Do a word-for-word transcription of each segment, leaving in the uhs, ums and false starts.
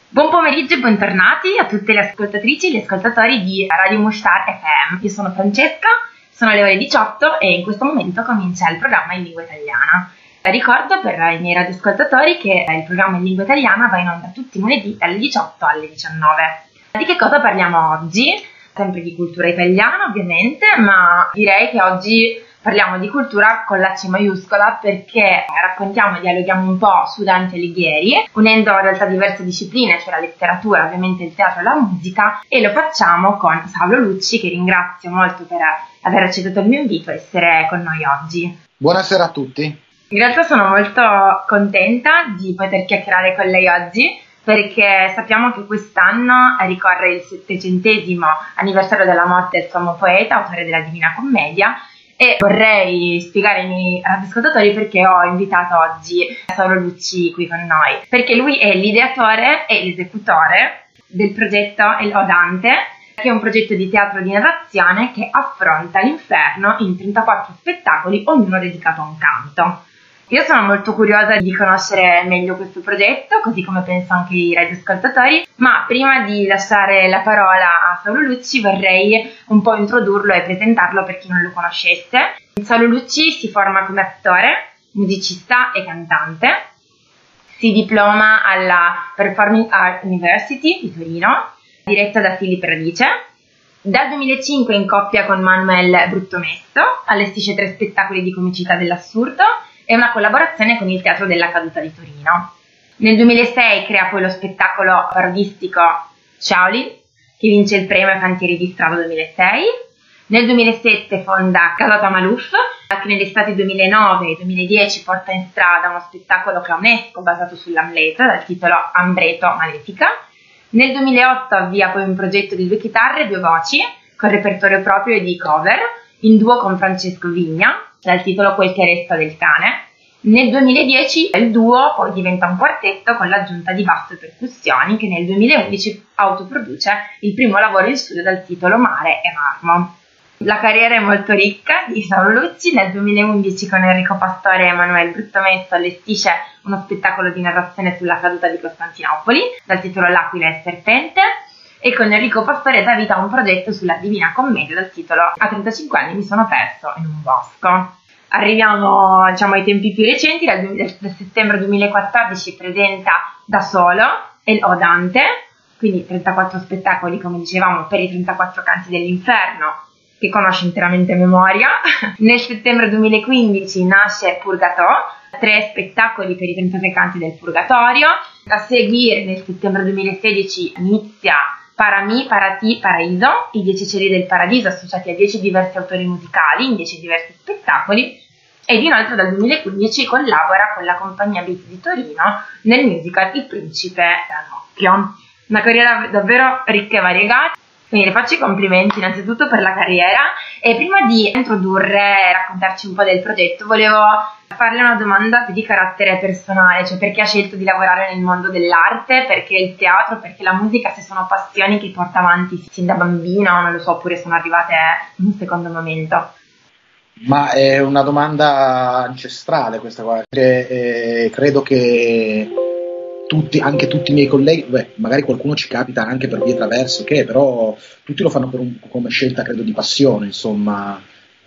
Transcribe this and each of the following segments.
Buon pomeriggio e bentornati a tutte le ascoltatrici e gli ascoltatori di Radio Mushtar F M. Io sono Francesca, sono le ore diciotto e in questo momento comincia il programma in lingua italiana. Ricordo per i miei radioascoltatori che il programma in lingua italiana va in onda tutti i lunedì dalle diciotto alle diciannove. Di che cosa parliamo oggi? Sempre di cultura italiana ovviamente, ma direi che oggi parliamo di cultura con la C maiuscola perché raccontiamo e dialoghiamo un po' su Dante Alighieri, unendo in realtà diverse discipline, cioè la letteratura, ovviamente il teatro e la musica, e lo facciamo con Saulo Lucci, che ringrazio molto per aver accettato il mio invito e essere con noi oggi. Buonasera a tutti. In realtà sono molto contenta di poter chiacchierare con lei oggi, perché sappiamo che quest'anno ricorre il settecentesimo anniversario della morte del famoso poeta, autore della Divina Commedia, e vorrei spiegare ai miei radioascoltatori perché ho invitato oggi Saulo Lucci qui con noi, perché lui è l'ideatore e l'esecutore del progetto El Dante, che è un progetto di teatro di narrazione che affronta l'inferno in trentaquattro spettacoli, ognuno dedicato a un canto. Io sono molto curiosa di conoscere meglio questo progetto, così come penso anche i radioascoltatori, ma prima di lasciare la parola a Saulo Lucci vorrei un po' introdurlo e presentarlo per chi non lo conoscesse. Saulo Lucci si forma come attore, musicista e cantante, si diploma alla Performing Arts University di Torino, diretta da Filippo Radice. Dal duemilacinque in coppia con Manuel Bruttomesto, allestisce tre spettacoli di comicità dell'assurdo e una collaborazione con il Teatro della Caduta di Torino. Nel duemilasei crea poi lo spettacolo parodistico Shaolin, che vince il premio Cantieri di Strada duemilasei. Nel duemilasette fonda Casa Tamaluf, che nell'estate duemilanove e duemiladieci porta in strada uno spettacolo clownesco basato sull'Amleto dal titolo Ambreto Malefica. Nel duemilaotto avvia poi un progetto di due chitarre e due voci, con repertorio proprio e di cover, in duo con Francesco Vigna, dal titolo Quel che resta del cane. Nel duemiladieci il duo poi diventa un quartetto con l'aggiunta di basso e percussioni, che nel duemilaundici autoproduce il primo lavoro in studio dal titolo Mare e Marmo. La carriera è molto ricca di Saulo Lucci. Nel duemilaundici con Enrico Pastore e Emanuele Bruttomesto allestisce uno spettacolo di narrazione sulla caduta di Costantinopoli dal titolo L'aquila e il serpente, e con Enrico Pastore dà vita a un progetto sulla Divina Commedia dal titolo A trentacinque anni mi sono perso in un bosco. Arriviamo diciamo ai tempi più recenti. Dal, dal settembre duemilaquattordici presenta da solo El Dante, quindi trentaquattro spettacoli come dicevamo per i trentaquattro canti dell'inferno, che conosce interamente a memoria. Nel settembre duemilaquindici nasce Purgato, tre spettacoli per i trentatré canti del Purgatorio. A seguire nel settembre duemilasedici inizia Para mi, para ti, Paraiso, i dieci cieli del paradiso associati a dieci diversi autori musicali in dieci diversi spettacoli, ed inoltre dal duemilaquindici collabora con la compagnia Beat di Torino nel musical Il Principe Ranocchio. Una carriera davvero ricca e variegata, quindi le faccio i complimenti innanzitutto per la carriera. E prima di introdurre e raccontarci un po' del progetto volevo farle una domanda più di carattere personale, cioè perché ha scelto di lavorare nel mondo dell'arte, perché il teatro, perché la musica, se sono passioni che porta avanti sin da bambino, non lo so, oppure sono arrivate in un secondo momento. Ma è una domanda ancestrale questa qua, perché eh, credo che tutti, anche tutti i miei colleghi, beh, magari qualcuno ci capita anche per vie traverse, che però tutti lo fanno per un, come scelta, credo, di passione, insomma.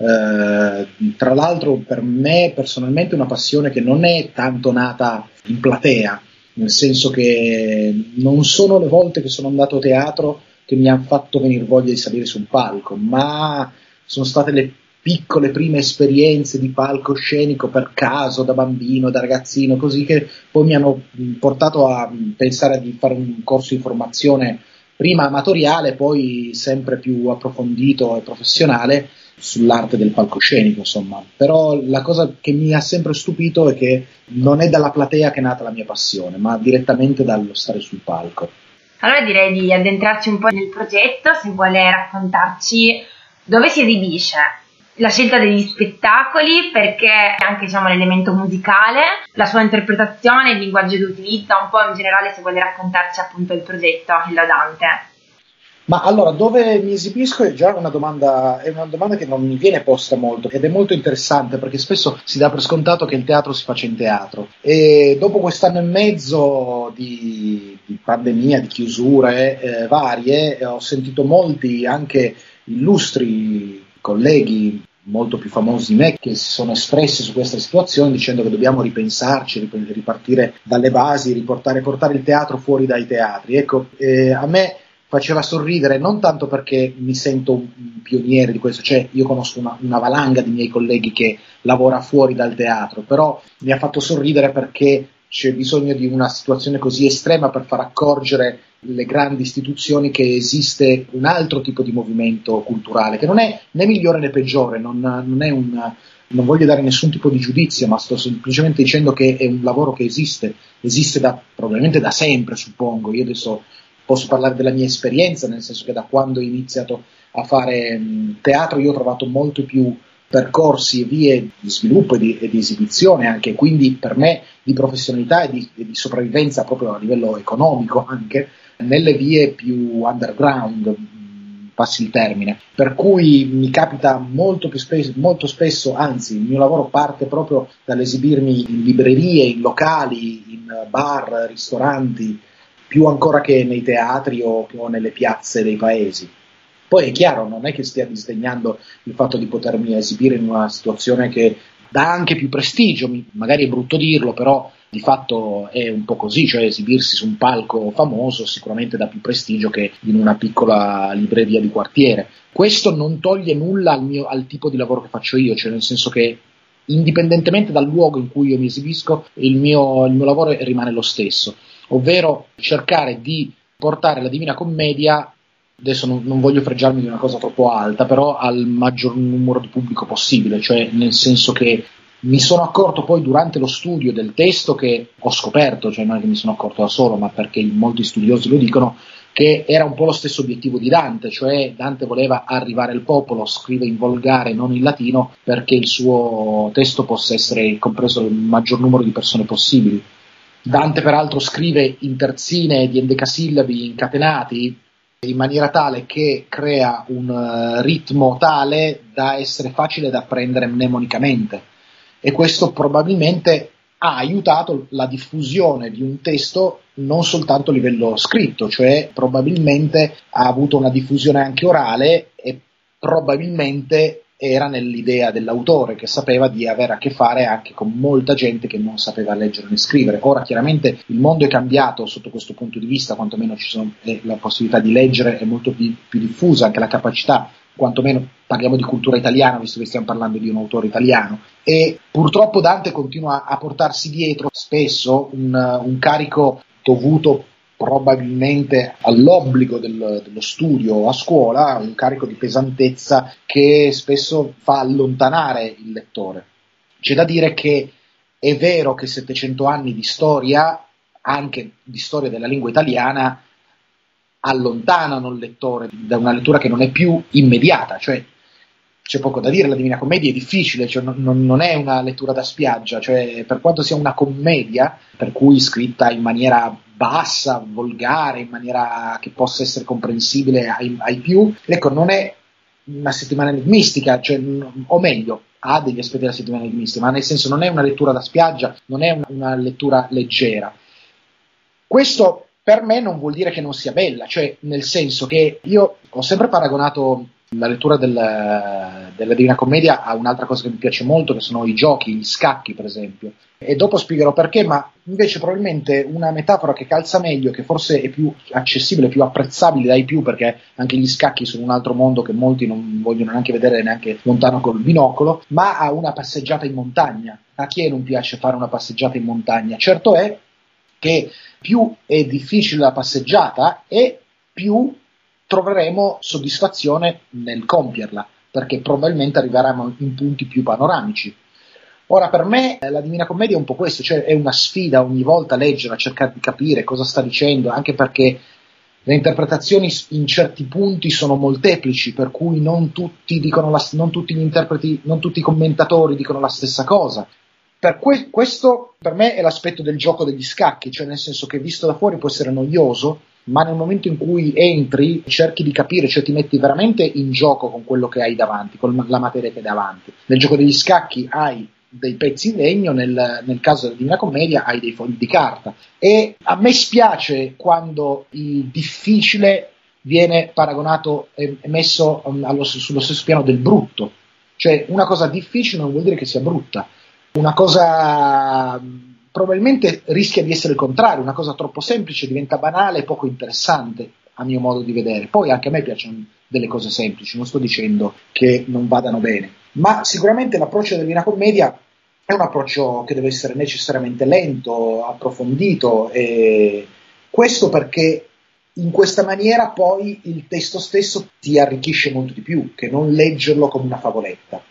Eh, tra l'altro per me personalmente è una passione che non è tanto nata in platea, nel senso che non sono le volte che sono andato a teatro che mi hanno fatto venire voglia di salire su un palco, ma sono state le piccole prime esperienze di palcoscenico per caso, da bambino, da ragazzino, così, che poi mi hanno portato a pensare di fare un corso di formazione prima amatoriale, poi sempre più approfondito e professionale sull'arte del palcoscenico, insomma. Però la cosa che mi ha sempre stupito è che non è dalla platea che è nata la mia passione, ma direttamente dallo stare sul palco. Allora direi di addentrarci un po' nel progetto, se vuole raccontarci dove si esibisce, la scelta degli spettacoli, perché anche diciamo l'elemento musicale, la sua interpretazione, il linguaggio che utilizza, un po' in generale se vuole raccontarci appunto il progetto El Dante. Ma allora, dove mi esibisco è già una domanda, è una domanda che non mi viene posta molto, ed è molto interessante perché spesso si dà per scontato che il teatro si faccia in teatro, e dopo quest'anno e mezzo di, di pandemia, di chiusure eh, varie, ho sentito molti anche illustri colleghi molto più famosi di me che si sono espressi su questa situazione dicendo che dobbiamo ripensarci, ripartire dalle basi, riportare portare il teatro fuori dai teatri. Ecco, eh, a me faceva sorridere non tanto perché mi sento un pioniere di questo, cioè io conosco una, una valanga di miei colleghi che lavora fuori dal teatro, però mi ha fatto sorridere perché c'è bisogno di una situazione così estrema per far accorgere le grandi istituzioni che esiste un altro tipo di movimento culturale che non è né migliore né peggiore, non, non è un, non voglio dare nessun tipo di giudizio, ma sto semplicemente dicendo che è un lavoro che esiste, esiste da, probabilmente da sempre, suppongo. Io adesso posso parlare della mia esperienza, nel senso che da quando ho iniziato a fare mh, teatro io ho trovato molto più percorsi e vie di sviluppo e di, e di esibizione anche, quindi per me di professionalità e di, e di sopravvivenza proprio a livello economico anche, nelle vie più underground, passi il termine, per cui mi capita molto più spesso, molto spesso, anzi il mio lavoro parte proprio dall'esibirmi in librerie, in locali, in bar, ristoranti, più ancora che nei teatri o, o nelle piazze dei paesi. Poi è chiaro, non è che stia disdegnando il fatto di potermi esibire in una situazione che dà anche più prestigio, magari è brutto dirlo, però di fatto è un po' così, cioè esibirsi su un palco famoso sicuramente dà più prestigio che in una piccola libreria di quartiere. Questo non toglie nulla al, mio, al tipo di lavoro che faccio io, cioè nel senso che indipendentemente dal luogo in cui io mi esibisco, il mio, il mio lavoro rimane lo stesso, ovvero cercare di portare la Divina Commedia, adesso non, non voglio fregiarmi di una cosa troppo alta, però al maggior numero di pubblico possibile, cioè nel senso che mi sono accorto poi durante lo studio del testo che ho scoperto, cioè non è che mi sono accorto da solo, ma perché molti studiosi lo dicono, che era un po' lo stesso obiettivo di Dante, cioè Dante voleva arrivare al popolo, scrive in volgare, non in latino, perché il suo testo possa essere compreso dal maggior numero di persone possibili. Dante peraltro scrive in terzine di endecasillabi incatenati, in maniera tale che crea un uh, ritmo tale da essere facile da apprendere mnemonicamente, e questo probabilmente ha aiutato la diffusione di un testo non soltanto a livello scritto, cioè probabilmente ha avuto una diffusione anche orale e probabilmente era nell'idea dell'autore, che sapeva di avere a che fare anche con molta gente che non sapeva leggere né scrivere. Ora chiaramente il mondo è cambiato sotto questo punto di vista, quantomeno ci sono, eh, la possibilità di leggere è molto più, più diffusa, anche la capacità, quantomeno parliamo di cultura italiana, visto che stiamo parlando di un autore italiano, e purtroppo Dante continua a portarsi dietro spesso un, un carico dovuto probabilmente all'obbligo del, dello studio a scuola, un carico di pesantezza che spesso fa allontanare il lettore. C'è da dire che è vero che settecento anni di storia, anche di storia della lingua italiana, allontanano il lettore da una lettura che non è più immediata, cioè c'è poco da dire, la Divina Commedia è difficile, cioè non, non è una lettura da spiaggia, cioè per quanto sia una commedia, per cui scritta in maniera bassa, volgare, in maniera che possa essere comprensibile ai, ai più, ecco, non è una settimana enigmistica, cioè, o meglio, ha degli aspetti della settimana enigmistica, ma nel senso non è una lettura da spiaggia, non è una, una lettura leggera. Questo per me non vuol dire che non sia bella, cioè nel senso che io ho sempre paragonato la lettura del, della Divina Commedia a un'altra cosa che mi piace molto, che sono i giochi, gli scacchi per esempio, e dopo spiegherò perché, ma invece probabilmente una metafora che calza meglio, che forse è più accessibile, più apprezzabile dai più, perché anche gli scacchi sono un altro mondo che molti non vogliono neanche vedere neanche lontano col binocolo, ma a una passeggiata in montagna. A chi non piace fare una passeggiata in montagna? Certo è che più è difficile la passeggiata e più troveremo soddisfazione nel compierla, perché probabilmente arriveremo in punti più panoramici. Ora, per me la Divina Commedia è un po' questo, cioè è una sfida ogni volta leggere, cercare di capire cosa sta dicendo, anche perché le interpretazioni in certi punti sono molteplici, per cui non tutti dicono la, non tutti gli interpreti, non tutti i commentatori dicono la stessa cosa. Per que- questo per me è l'aspetto del gioco degli scacchi, cioè nel senso che visto da fuori può essere noioso, ma nel momento in cui entri cerchi di capire, cioè ti metti veramente in gioco con quello che hai davanti, con la materia che hai davanti. Nel gioco degli scacchi hai dei pezzi in legno, nel, nel caso della Divina Commedia hai dei fogli di carta. E a me spiace quando il difficile viene paragonato e messo allo, sullo stesso piano del brutto. Cioè, una cosa difficile non vuol dire che sia brutta. Una cosa probabilmente rischia di essere il contrario, una cosa troppo semplice diventa banale e poco interessante, a mio modo di vedere. Poi anche a me piacciono delle cose semplici, non sto dicendo che non vadano bene, ma sicuramente l'approccio della Divina Commedia è un approccio che deve essere necessariamente lento, approfondito, e questo perché in questa maniera poi il testo stesso ti arricchisce molto di più che non leggerlo come una favoletta.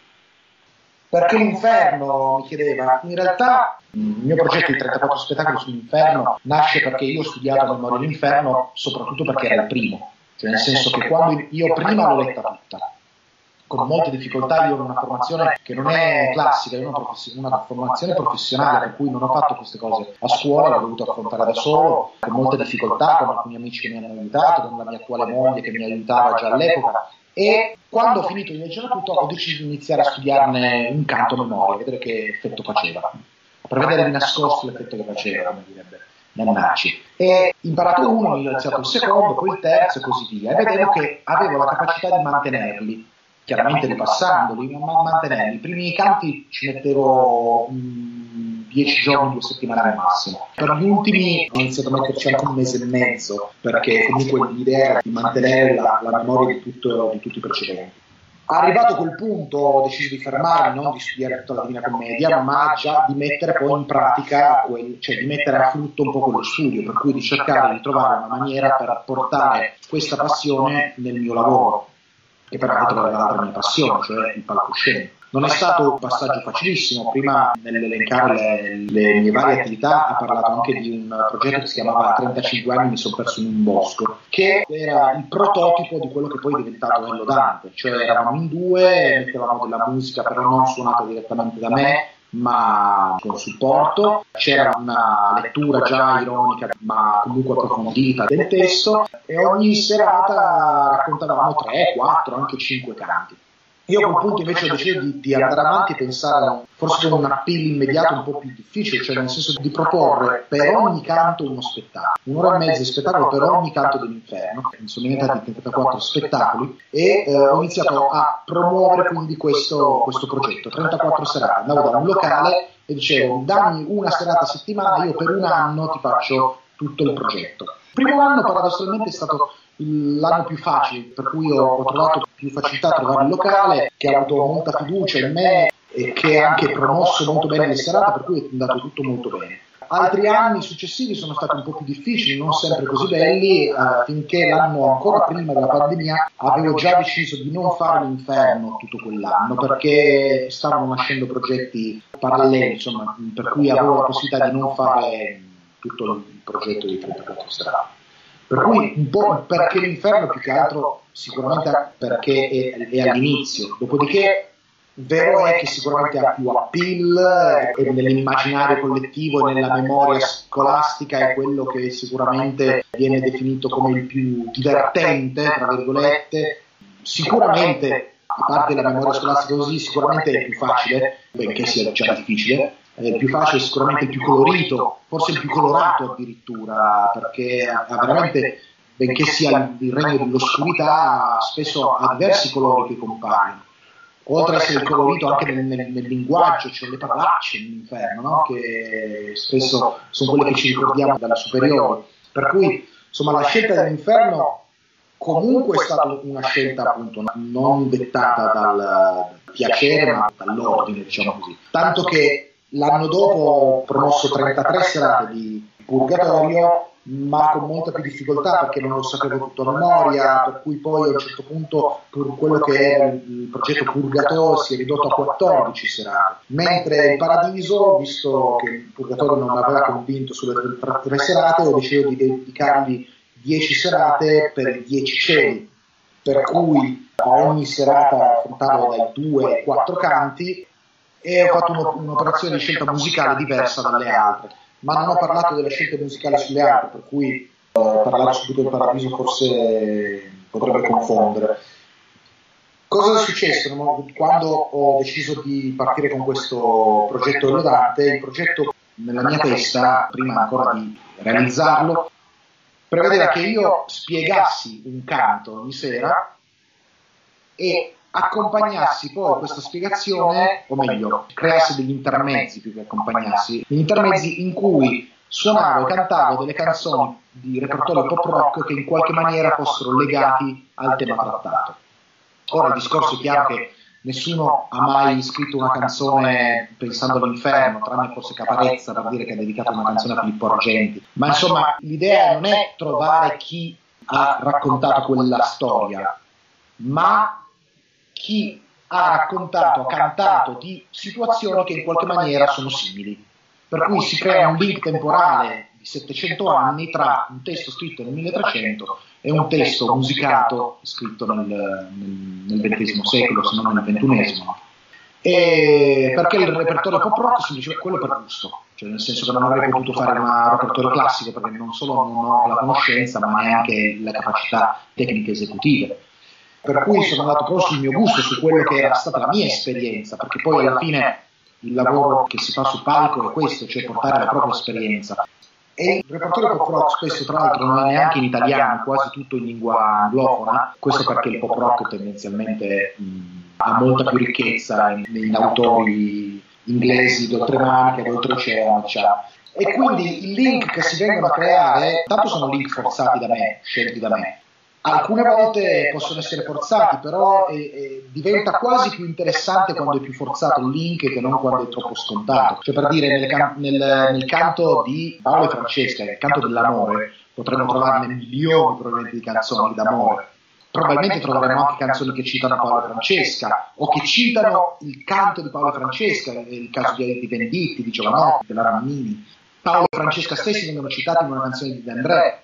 Perché l'inferno, mi chiedeva, in realtà il mio progetto di trentaquattro spettacoli sull'inferno nasce perché io ho studiato a memoria l'inferno soprattutto perché era il primo, cioè nel senso che quando io prima l'ho letta tutta, con molte difficoltà. Io ho una formazione che non è classica, io ho una, profes- una formazione professionale, per cui non ho fatto queste cose a scuola, l'ho dovuto affrontare da solo, con molte difficoltà, con alcuni amici che mi hanno aiutato, con la mia attuale moglie che mi aiutava già all'epoca. E quando ho finito di leggere tutto ho deciso di iniziare a studiarne un canto a memoria, vedere che effetto faceva, per vedere di nascosto l'effetto che faceva, come direbbe Mannacci. E imparato uno, ho iniziato il secondo, poi il terzo e così via, e vedevo che avevo la capacità di mantenerli, chiaramente ripassandoli, ma mantenerli. I primi canti ci mettevo um, dieci giorni, due settimane al massimo. Per gli ultimi ho iniziato a metterci anche un mese e mezzo, perché comunque l'idea era di mantenere la, la memoria di, tutto, di tutti i precedenti. Arrivato a quel punto ho deciso di fermarmi, non di studiare tutta la Divina Commedia, ma già di mettere poi in pratica, quel, cioè di mettere a frutto un po' quello studio, per cui di cercare di trovare una maniera per portare questa passione nel mio lavoro, che peraltro è l'altra mia passione, cioè il palcoscenico. Non è stato un passaggio facilissimo. Prima, nell'elencare le, le mie varie attività, ha parlato anche di un progetto che si chiamava trentacinque anni mi sono perso in un bosco, che era il prototipo di quello che poi è diventato Ello Dante, cioè eravamo in due, mettevamo della musica però non suonata direttamente da me, ma con supporto, c'era una lettura già ironica ma comunque approfondita del testo, e ogni serata raccontavamo tre, quattro, anche cinque canti. Io a quel punto invece ho deciso di, di andare avanti e pensare forse con un appeal immediato un po' più difficile, cioè nel senso di proporre per ogni canto uno spettacolo, un'ora e mezza di spettacolo per ogni canto dell'inferno. Mi sono diventati trentaquattro spettacoli e eh, ho iniziato a promuovere quindi questo, questo progetto, trentaquattro serate. Andavo da un locale e dicevo dammi una serata a settimana, io per un anno ti faccio tutto il progetto. Il primo anno paradossalmente è stato l'anno più facile, per cui ho, ho trovato più facilità a trovare il locale, che ha avuto molta fiducia in me e che ha anche promosso molto bene le serate, per cui è andato tutto molto bene. Altri anni successivi sono stati un po' più difficili, non sempre così belli, eh, finché l'anno ancora prima della pandemia avevo già deciso di non fare l'inferno tutto quell'anno, perché stavano nascendo progetti paralleli, insomma, per cui avevo la possibilità di non fare tutto il progetto di trentaquattro serate. Per cui un po' perché l'inferno più che altro sicuramente perché è, è all'inizio, dopodiché vero è che sicuramente ha più appeal e nell'immaginario collettivo e nella memoria scolastica è quello che sicuramente viene definito come il più divertente, tra virgolette. Sicuramente, a parte la memoria scolastica così, sicuramente è il più facile, benché sia già difficile. Il più facile, sicuramente il più colorito, forse il più colorato addirittura, perché ha veramente, benché sia il regno dell'oscurità, spesso ha diversi colori che compaiono. Oltre ad essere il colorito anche nel, nel, nel linguaggio, c'è cioè le parolacce nell'inferno, no? Che spesso sono quelle che ci ricordiamo dalle superiori. Per cui, insomma, la scelta dell'inferno comunque è stata una scelta appunto non dettata dal piacere, ma dall'ordine, diciamo così. Tanto che l'anno dopo ho promosso trentatré serate di Purgatorio, ma con molta più difficoltà perché non lo sapevo tutto a memoria, per cui poi a un certo punto pur quello che era il progetto Purgatorio si è ridotto a quattordici serate, mentre il Paradiso, visto che il Purgatorio non mi aveva convinto sulle tre serate, ho deciso di dedicargli dieci serate per i dieci cieli, per cui a ogni serata affrontavo dai due ai quattro canti e ho fatto uno, un'operazione di scelta musicale diversa dalle altre, ma non ho parlato delle scelte musicali sulle altre, per cui eh, parlare subito del Paradiso forse potrebbe confondere. cosa è successo quando ho deciso di partire con questo progetto Elodante? Il progetto nella mia testa, prima ancora di realizzarlo, prevedeva che io spiegassi un canto ogni sera e accompagnassi poi questa spiegazione, o meglio, creassi degli intermezzi più che accompagnassi, degli intermezzi in cui suonavo e cantavo delle canzoni di repertorio pop rock che in qualche maniera fossero legati al tema trattato. Ora il discorso è chiaro che nessuno ha mai scritto una canzone pensando all'inferno, tranne forse Caparezza per dire che ha dedicato una canzone a Filippo Argenti, ma insomma l'idea non è trovare chi ha raccontato quella storia, ma chi ha raccontato, ha cantato di situazioni che in qualche maniera sono simili, per cui si crea un link temporale di settecento anni tra un testo scritto nel milletrecento e un testo musicato scritto nel, nel, nel ventesimo secolo, se non nel ventunesimo. E perché il repertorio pop rock semplicemente quello per gusto, cioè nel senso che non avrei potuto fare un repertorio classico perché non solo non ho la conoscenza ma neanche le capacità tecniche esecutive. Per cui sono andato proprio sul mio gusto, su quello che era stata la mia esperienza, perché poi alla fine il lavoro che si fa sul palco è questo, cioè portare la propria esperienza. E il repertorio pop rock spesso tra l'altro non è neanche in italiano, quasi tutto in lingua anglofona, questo perché il pop rock tendenzialmente mh, ha molta più ricchezza in, in autori inglesi d'oltremare che d'oltreoceano, diciamo. E quindi i link che si vengono a creare, tanto sono link forzati da me, scelti da me. Alcune volte possono essere forzati, però eh, eh, diventa quasi più interessante quando è più forzato il link che non quando è troppo scontato. Cioè per dire, nel, can- nel, nel canto di Paolo e Francesca, nel canto dell'amore, potremmo trovarne milioni probabilmente di canzoni d'amore. Probabilmente troveremo anche canzoni che citano Paolo e Francesca, o che citano il canto di Paolo e Francesca, il caso di, di Venditti, di Giovanotti, della Rammini. Paolo e Francesca stessi vengono citati in una canzone di De André.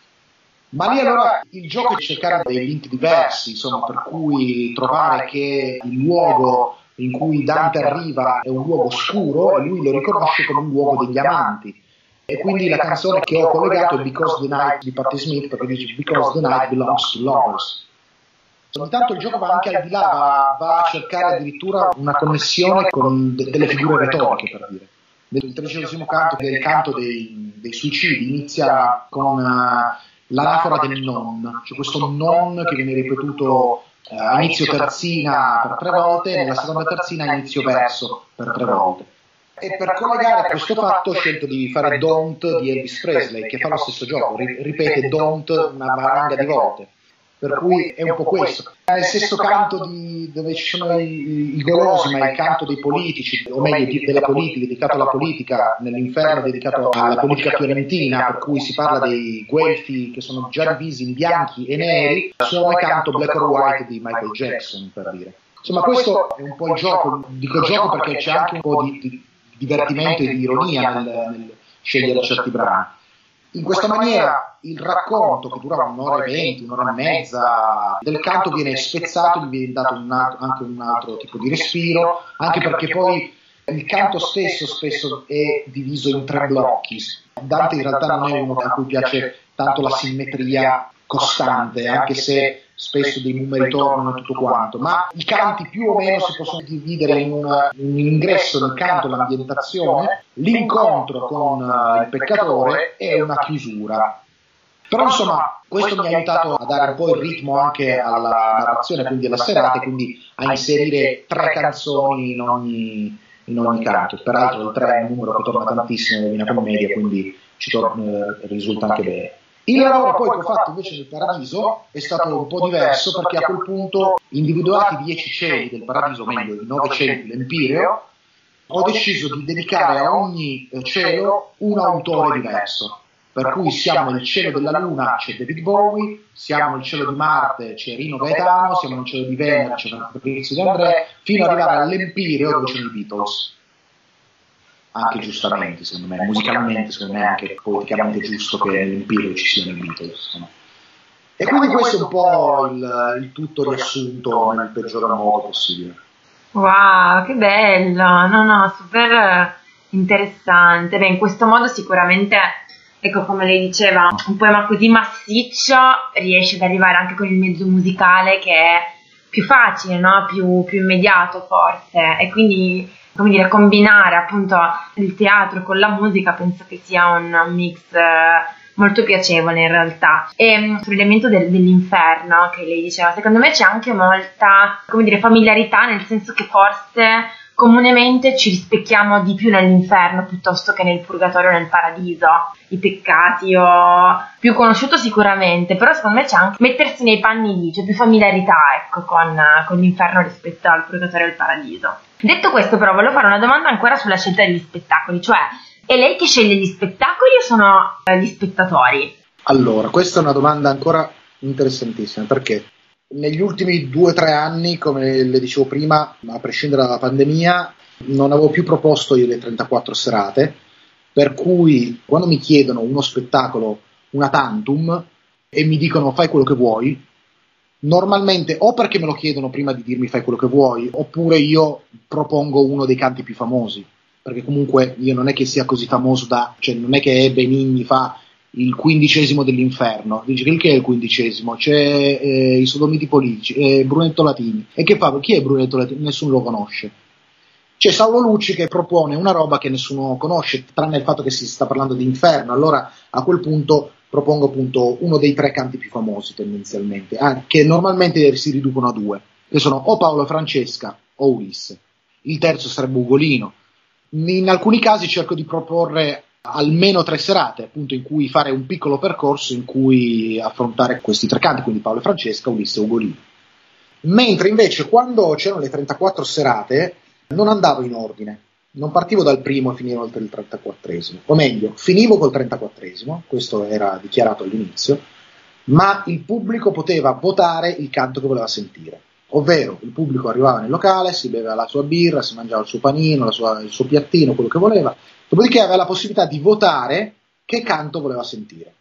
Ma lì allora il gioco è cercare dei link diversi, insomma, per cui trovare che il luogo in cui Dante arriva è un luogo scuro e lui lo riconosce come un luogo degli amanti. E quindi la canzone che ho collegato è Because the Night di Patti Smith, perché dice Because the Night belongs to lovers. Ogni tanto il gioco va anche al di là, va, va a cercare addirittura una connessione con de- delle figure retoriche, per dire. Nel tredicesimo canto, che è il canto dei, dei suicidi, inizia con uh, l'anafora del non, cioè questo non che viene ripetuto uh, a inizio terzina per tre volte e nella seconda terzina a inizio verso per tre volte. E per collegare a questo fatto ho scelto di fare Don't di Elvis Presley, che fa lo stesso gioco, ripete Don't una valanga di volte. Per cui è un po' questo. Nel stesso canto di, dove ci sono i, i golosi, ma il canto dei politici, o meglio di, della politica, dedicato alla politica, nell'inferno dedicato alla politica fiorentina, per cui si parla dei guelfi che sono già divisi in bianchi e neri, suona il canto Black or White di Michael Jackson, per dire. Insomma, questo è un po' il gioco, dico gioco perché c'è anche un po' di, di divertimento e di ironia nel, nel scegliere certi brani. In questa maniera il racconto, che durava un'ora e venti, un'ora e mezza, del canto viene spezzato, gli viene dato un altro, anche un altro tipo di respiro, anche perché poi il canto stesso spesso è diviso in tre blocchi. Dante in realtà non è uno a cui piace tanto la simmetria costante, anche se spesso dei numeri tornano e tutto quanto, ma i canti più o meno si possono dividere in un, un ingresso nel canto, l'ambientazione, l'incontro con uh, il peccatore e una chiusura. Però insomma questo mi ha aiutato a dare un po' il ritmo anche alla narrazione, quindi alla serata, e quindi a inserire tre canzoni in ogni, in ogni canto. Peraltro il tre è un numero che torna tantissimo nella Divina Commedia, quindi ci to- eh, risulta anche bene. Il lavoro poi che ho fatto invece nel Paradiso è stato un po' diverso, perché a quel punto, individuati i dieci cieli del Paradiso, o meglio i nove cieli dell'Empireo, ho deciso di dedicare a ogni cielo un autore diverso. Per cui siamo nel cielo della Luna, c'è David Bowie, siamo nel cielo di Marte, c'è Rino Gaetano, siamo nel cielo di Venere, c'è Fabrizio De André, fino ad arrivare all'Empireo dove c'è i Beatles. Anche giustamente, secondo me, musicalmente, secondo me, anche poeticamente giusto che nell'Empireo ci siano i Beatles. No? E quindi questo è un po' il, il tutto riassunto nel peggior modo possibile. Wow, che bello! No, no, super interessante. Beh, in questo modo sicuramente, ecco, come lei diceva, un poema così massiccio riesce ad arrivare anche con il mezzo musicale che è più facile, no? più, più immediato forse, e quindi, come dire, combinare appunto il teatro con la musica penso che sia un, un mix eh, molto piacevole in realtà. E sull'elemento del, dell'inferno che lei diceva, secondo me c'è anche molta, come dire, familiarità, nel senso che forse comunemente ci rispecchiamo di più nell'inferno piuttosto che nel purgatorio o nel paradiso, i peccati o più conosciuto sicuramente, però secondo me c'è anche mettersi nei panni lì, c'è più familiarità ecco con, con l'inferno rispetto al purgatorio e al paradiso. Detto questo però volevo fare una domanda ancora sulla scelta degli spettacoli, cioè è lei che sceglie gli spettacoli o sono eh, gli spettatori? Allora, questa è una domanda ancora interessantissima, perché negli ultimi due o tre anni, come le dicevo prima, a prescindere dalla pandemia, non avevo più proposto io le trentaquattro serate, per cui quando mi chiedono uno spettacolo, una tantum, e mi dicono fai quello che vuoi, normalmente o perché me lo chiedono prima di dirmi fai quello che vuoi, oppure io propongo uno dei canti più famosi, perché comunque io non è che sia così famoso da, cioè non è che Benigni fa il quindicesimo dell'inferno, dice che è il quindicesimo, c'è eh, i sodomiti politici, eh, Brunetto Latini, e che fa? Chi è Brunetto Latini? Nessuno lo conosce. C'è Saulo Lucci che propone una roba che nessuno conosce, tranne il fatto che si sta parlando di inferno, allora a quel punto propongo appunto uno dei tre canti più famosi tendenzialmente, ah, che normalmente si riducono a due, che sono o Paolo e Francesca o Ulisse. Il terzo sarebbe Ugolino. In alcuni casi cerco di proporre almeno tre serate, appunto, in cui fare un piccolo percorso in cui affrontare questi tre canti, quindi Paolo e Francesca, Ulisse e Ugolino. Mentre invece quando c'erano le trentaquattro serate non andavo in ordine, non partivo dal primo e finivo oltre il trentaquattresimo, o meglio, finivo col trentaquattresimo, questo era dichiarato all'inizio, ma il pubblico poteva votare il canto che voleva sentire. Ovvero il pubblico arrivava nel locale, si beveva la sua birra, si mangiava il suo panino, la sua, il suo piattino, quello che voleva, dopodiché aveva la possibilità di votare che canto voleva sentire.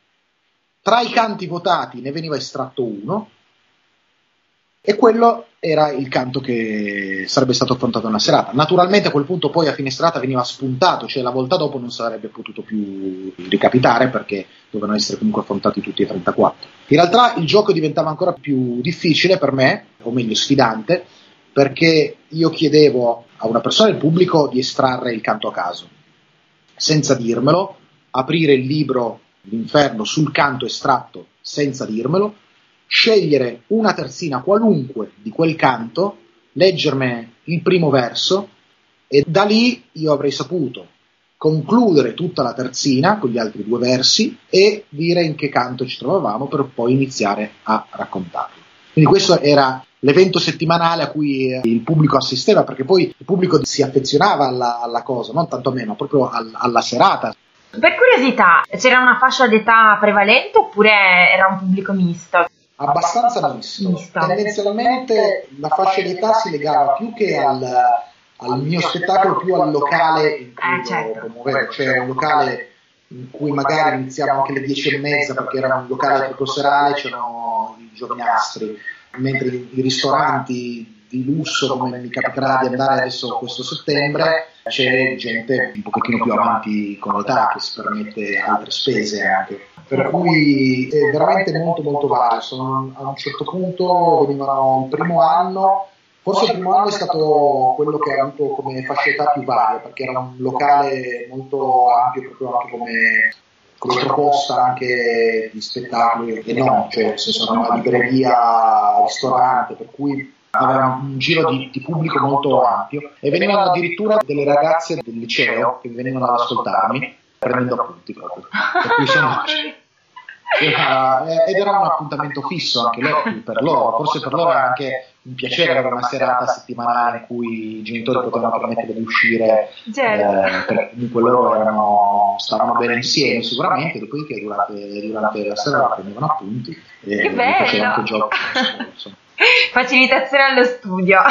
Tra i canti votati ne veniva estratto uno e quello era il canto che sarebbe stato affrontato nella serata. Naturalmente a quel punto poi a fine serata veniva spuntato, cioè la volta dopo non sarebbe potuto più ricapitare perché dovevano essere comunque affrontati tutti e trentaquattro. In realtà il gioco diventava ancora più difficile per me, o meglio sfidante, perché io chiedevo a una persona del pubblico di estrarre il canto a caso, senza dirmelo, aprire il libro L'Inferno sul canto estratto senza dirmelo, scegliere una terzina qualunque di quel canto, leggermi il primo verso e da lì io avrei saputo concludere tutta la terzina con gli altri due versi e dire in che canto ci trovavamo per poi iniziare a raccontarlo. Quindi questo era l'evento settimanale a cui il pubblico assisteva, perché poi il pubblico si affezionava alla, alla cosa, non tanto a me, ma proprio al, alla serata. Per curiosità, c'era una fascia d'età prevalente oppure era un pubblico misto? Abbastanza misto. misto. Tendenzialmente la fascia d'età si legava più che al, al mio spettacolo, più al locale in cui eh, certo. lo promuovevo, cioè un locale in cui magari iniziamo anche alle dieci e mezza perché era un locale proprio serale, c'erano i giornastri, mentre i ristoranti di lusso come mi capiterà di andare adesso questo settembre c'è gente un pochettino più avanti con l'età che si permette altre spese anche, per cui è veramente molto molto vario. Sono, a un certo punto venivano il primo anno, forse il primo anno è stato quello che ha avuto come fascia età più varia, perché era un locale molto ampio proprio anche come come proposta anche di spettacoli e no, cioè nel senso una libreria, ristorante, per cui aveva un giro di, di pubblico molto ampio e venivano addirittura delle ragazze del liceo che venivano ad ascoltarmi prendendo appunti proprio, per cui sono, era, ed era un appuntamento fisso anche loro, per loro, forse per loro era anche un piacere avere una serata settimanale in cui i genitori potevano permettere di uscire, eh, perché comunque loro erano, stavano bene insieme sicuramente, dopodiché durante, durante la serata prendevano appunti e che bello! facevano anche giochi. Facilitazione allo studio.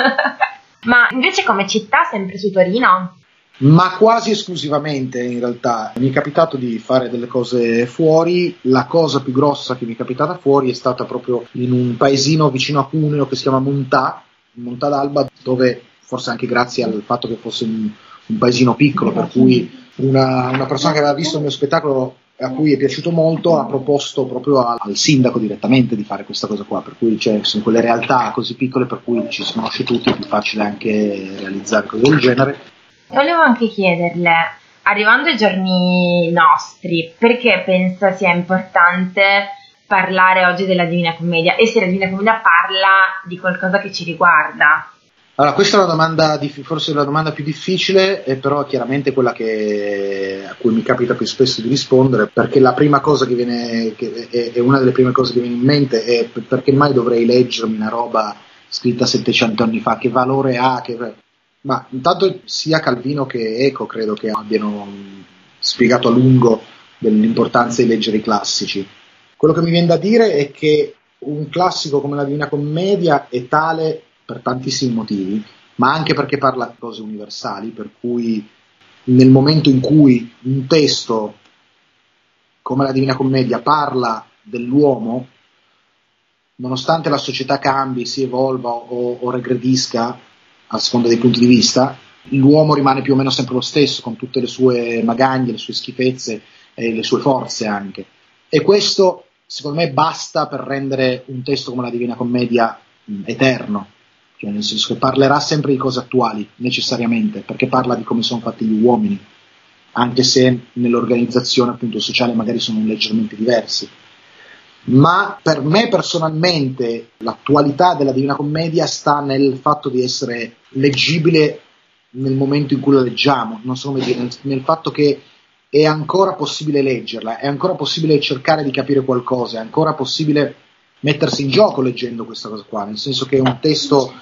Ma invece come città sempre su Torino? Ma quasi esclusivamente in realtà. Mi è capitato di fare delle cose fuori, la cosa più grossa che mi è capitata fuori è stata proprio in un paesino vicino a Cuneo che si chiama Montà, Montà d'Alba, dove forse anche grazie al fatto che fosse un, un paesino piccolo, per cui una, una persona che aveva visto il mio spettacolo a cui è piaciuto molto, ha proposto proprio al, al sindaco direttamente di fare questa cosa qua, per cui cioè, sono quelle realtà così piccole per cui ci si conosce tutti, è più facile anche realizzare cose del genere. Volevo anche chiederle, arrivando ai giorni nostri, perché pensa sia importante parlare oggi della Divina Commedia e se la Divina Commedia parla di qualcosa che ci riguarda? Allora, questa è una domanda, forse la domanda più difficile, e però chiaramente quella che, a cui mi capita più spesso di rispondere, perché la prima cosa che viene, che è, è una delle prime cose che viene in mente, è perché mai dovrei leggermi una roba scritta settecento anni fa, che valore ha, che... ma intanto sia Calvino che Eco credo che abbiano spiegato a lungo dell'importanza di leggere i classici. Quello che mi viene da dire è che un classico come la Divina Commedia è tale per tantissimi motivi, ma anche perché parla di cose universali, per cui nel momento in cui un testo come la Divina Commedia parla dell'uomo, nonostante la società cambi, si evolva o, o regredisca a seconda dei punti di vista, l'uomo rimane più o meno sempre lo stesso, con tutte le sue magagne, le sue schifezze e le sue forze anche. E questo, secondo me, basta per rendere un testo come la Divina Commedia mh, eterno. Cioè, nel senso che parlerà sempre di cose attuali, necessariamente, perché parla di come sono fatti gli uomini, anche se nell'organizzazione appunto sociale magari sono leggermente diversi. Ma per me personalmente l'attualità della Divina Commedia sta nel fatto di essere leggibile nel momento in cui la leggiamo, non so come dire, nel, nel fatto che è ancora possibile leggerla, è ancora possibile cercare di capire qualcosa, è ancora possibile mettersi in gioco leggendo questa cosa qua, nel senso che è un testo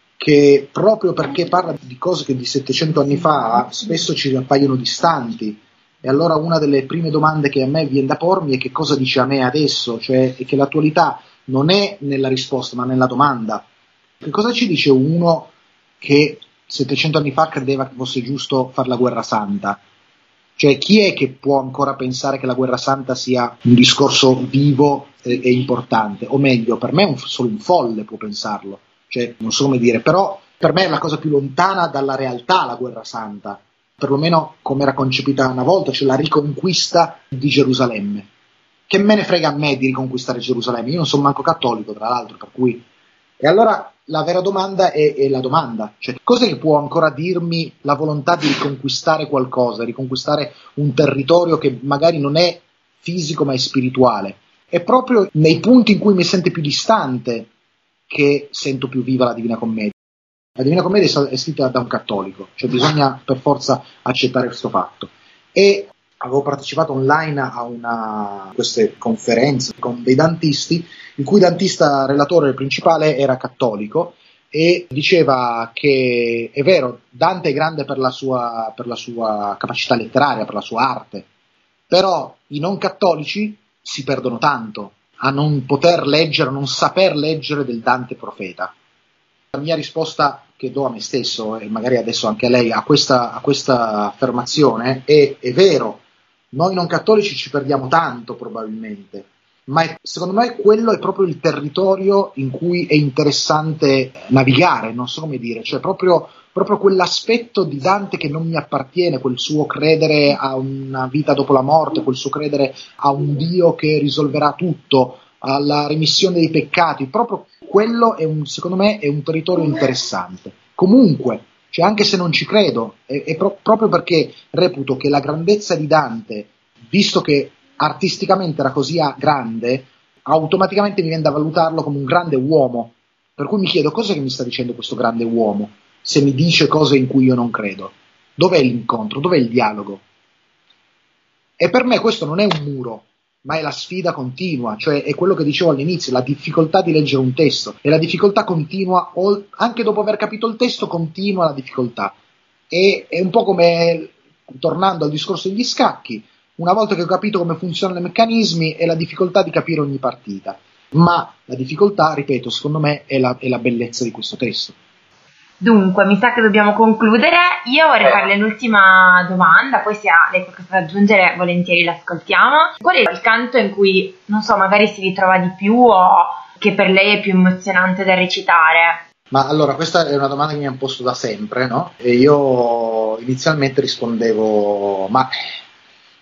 che proprio perché parla di cose che di settecento anni fa spesso ci appaiono distanti, e allora una delle prime domande che a me viene da pormi è che cosa dice a me adesso, cioè è che l'attualità non è nella risposta ma nella domanda. Che cosa ci dice uno che settecento anni fa credeva che fosse giusto fare la guerra santa? Cioè chi è che può ancora pensare che la guerra santa sia un discorso vivo e, e importante? O meglio, per me un, solo un folle può pensarlo. Cioè, non so come dire, però per me è la cosa più lontana dalla realtà la guerra santa, perlomeno come era concepita una volta, cioè la riconquista di Gerusalemme. Che me ne frega a me di riconquistare Gerusalemme? Io non sono manco cattolico, tra l'altro, per cui... E allora la vera domanda è, è la domanda, cioè cos'è che può ancora dirmi la volontà di riconquistare qualcosa, riconquistare un territorio che magari non è fisico ma è spirituale? È proprio nei punti in cui mi sente più distante che sento più viva la Divina Commedia. La Divina Commedia è scritta da un cattolico, cioè bisogna per forza accettare questo fatto. E avevo partecipato online a una queste conferenze con dei dantisti, il cui dantista relatore principale era cattolico e diceva che è vero, Dante è grande per la sua, per la sua capacità letteraria, per la sua arte, però i non cattolici si perdono tanto a non poter leggere, a non saper leggere del Dante profeta. La mia risposta che do a me stesso, e magari adesso anche a lei, a questa, a questa affermazione è: è vero, noi non cattolici ci perdiamo tanto probabilmente, ma è, secondo me quello è proprio il territorio in cui è interessante navigare, non so come dire, cioè proprio, proprio quell'aspetto di Dante che non mi appartiene, quel suo credere a una vita dopo la morte, quel suo credere a un Dio che risolverà tutto, alla remissione dei peccati, proprio quello è un, secondo me è un territorio interessante. Comunque, cioè anche se non ci credo, è, è pro- proprio perché reputo che la grandezza di Dante, visto che artisticamente era così grande, automaticamente mi viene da valutarlo come un grande uomo, per cui mi chiedo cosa che mi sta dicendo questo grande uomo se mi dice cose in cui io non credo. Dov'è l'incontro? Dov'è il dialogo? E per me questo non è un muro, ma è la sfida continua, cioè è quello che dicevo all'inizio, la difficoltà di leggere un testo, e la difficoltà continua, anche dopo aver capito il testo continua la difficoltà, e è un po' come, tornando al discorso degli scacchi, una volta che ho capito come funzionano i meccanismi è la difficoltà di capire ogni partita, ma la difficoltà, ripeto, secondo me è la, è la bellezza di questo testo. Dunque, mi sa che dobbiamo concludere. Io vorrei farle l'ultima domanda, poi se ha lei qualcosa da aggiungere volentieri l'ascoltiamo. Qual è il canto in cui, non so, magari si ritrova di più o che per lei è più emozionante da recitare? Ma allora, questa è una domanda che mi hanno posto da sempre, no? E io inizialmente rispondevo, ma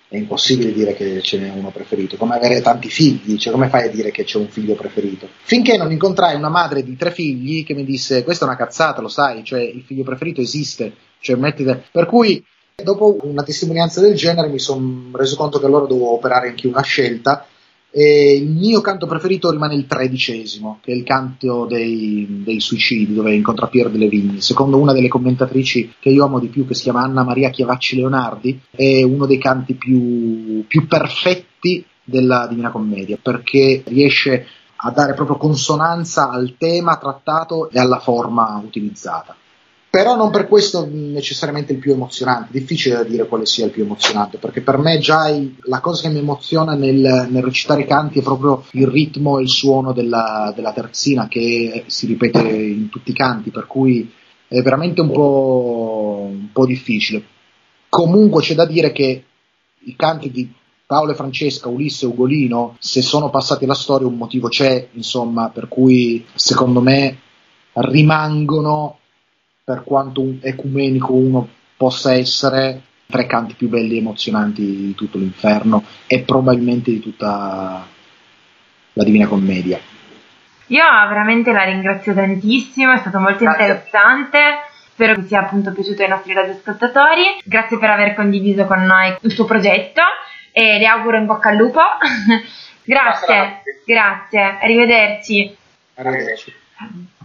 è impossibile dire che ce n'è uno preferito, come avere tanti figli, cioè come fai a dire che c'è un figlio preferito? Finché non incontrai una madre di tre figli che mi disse questa è una cazzata, lo sai, cioè il figlio preferito esiste, cioè mettete... per cui dopo una testimonianza del genere mi sono reso conto che allora dovevo operare anche una scelta, e il mio canto preferito rimane il tredicesimo, che è il canto dei, dei suicidi, dove incontra Pier delle Vigne. Secondo una delle commentatrici che io amo di più, che si chiama Anna Maria Chiavacci Leonardi, è uno dei canti più, più perfetti della Divina Commedia, perché riesce a dare proprio consonanza al tema trattato e alla forma utilizzata. Però non per questo necessariamente il più emozionante, difficile da dire quale sia il più emozionante, perché per me già il, la cosa che mi emoziona nel, nel recitare i canti è proprio il ritmo e il suono della, della terzina, che si ripete in tutti i canti, per cui è veramente un po', un po' difficile. Comunque c'è da dire che i canti di Paolo e Francesca, Ulisse e Ugolino, se sono passati alla storia un motivo c'è, insomma, per cui secondo me rimangono, per quanto un ecumenico uno possa essere, tra i canti più belli e emozionanti di tutto l'Inferno e probabilmente di tutta la Divina Commedia. Io veramente la ringrazio tantissimo, è stato molto Grazie. Interessante, spero che sia appunto piaciuto ai nostri radioascoltatori. Grazie per aver condiviso con noi il tuo progetto e le auguro in bocca al lupo. Grazie, grazie, arrivederci. Arrivederci.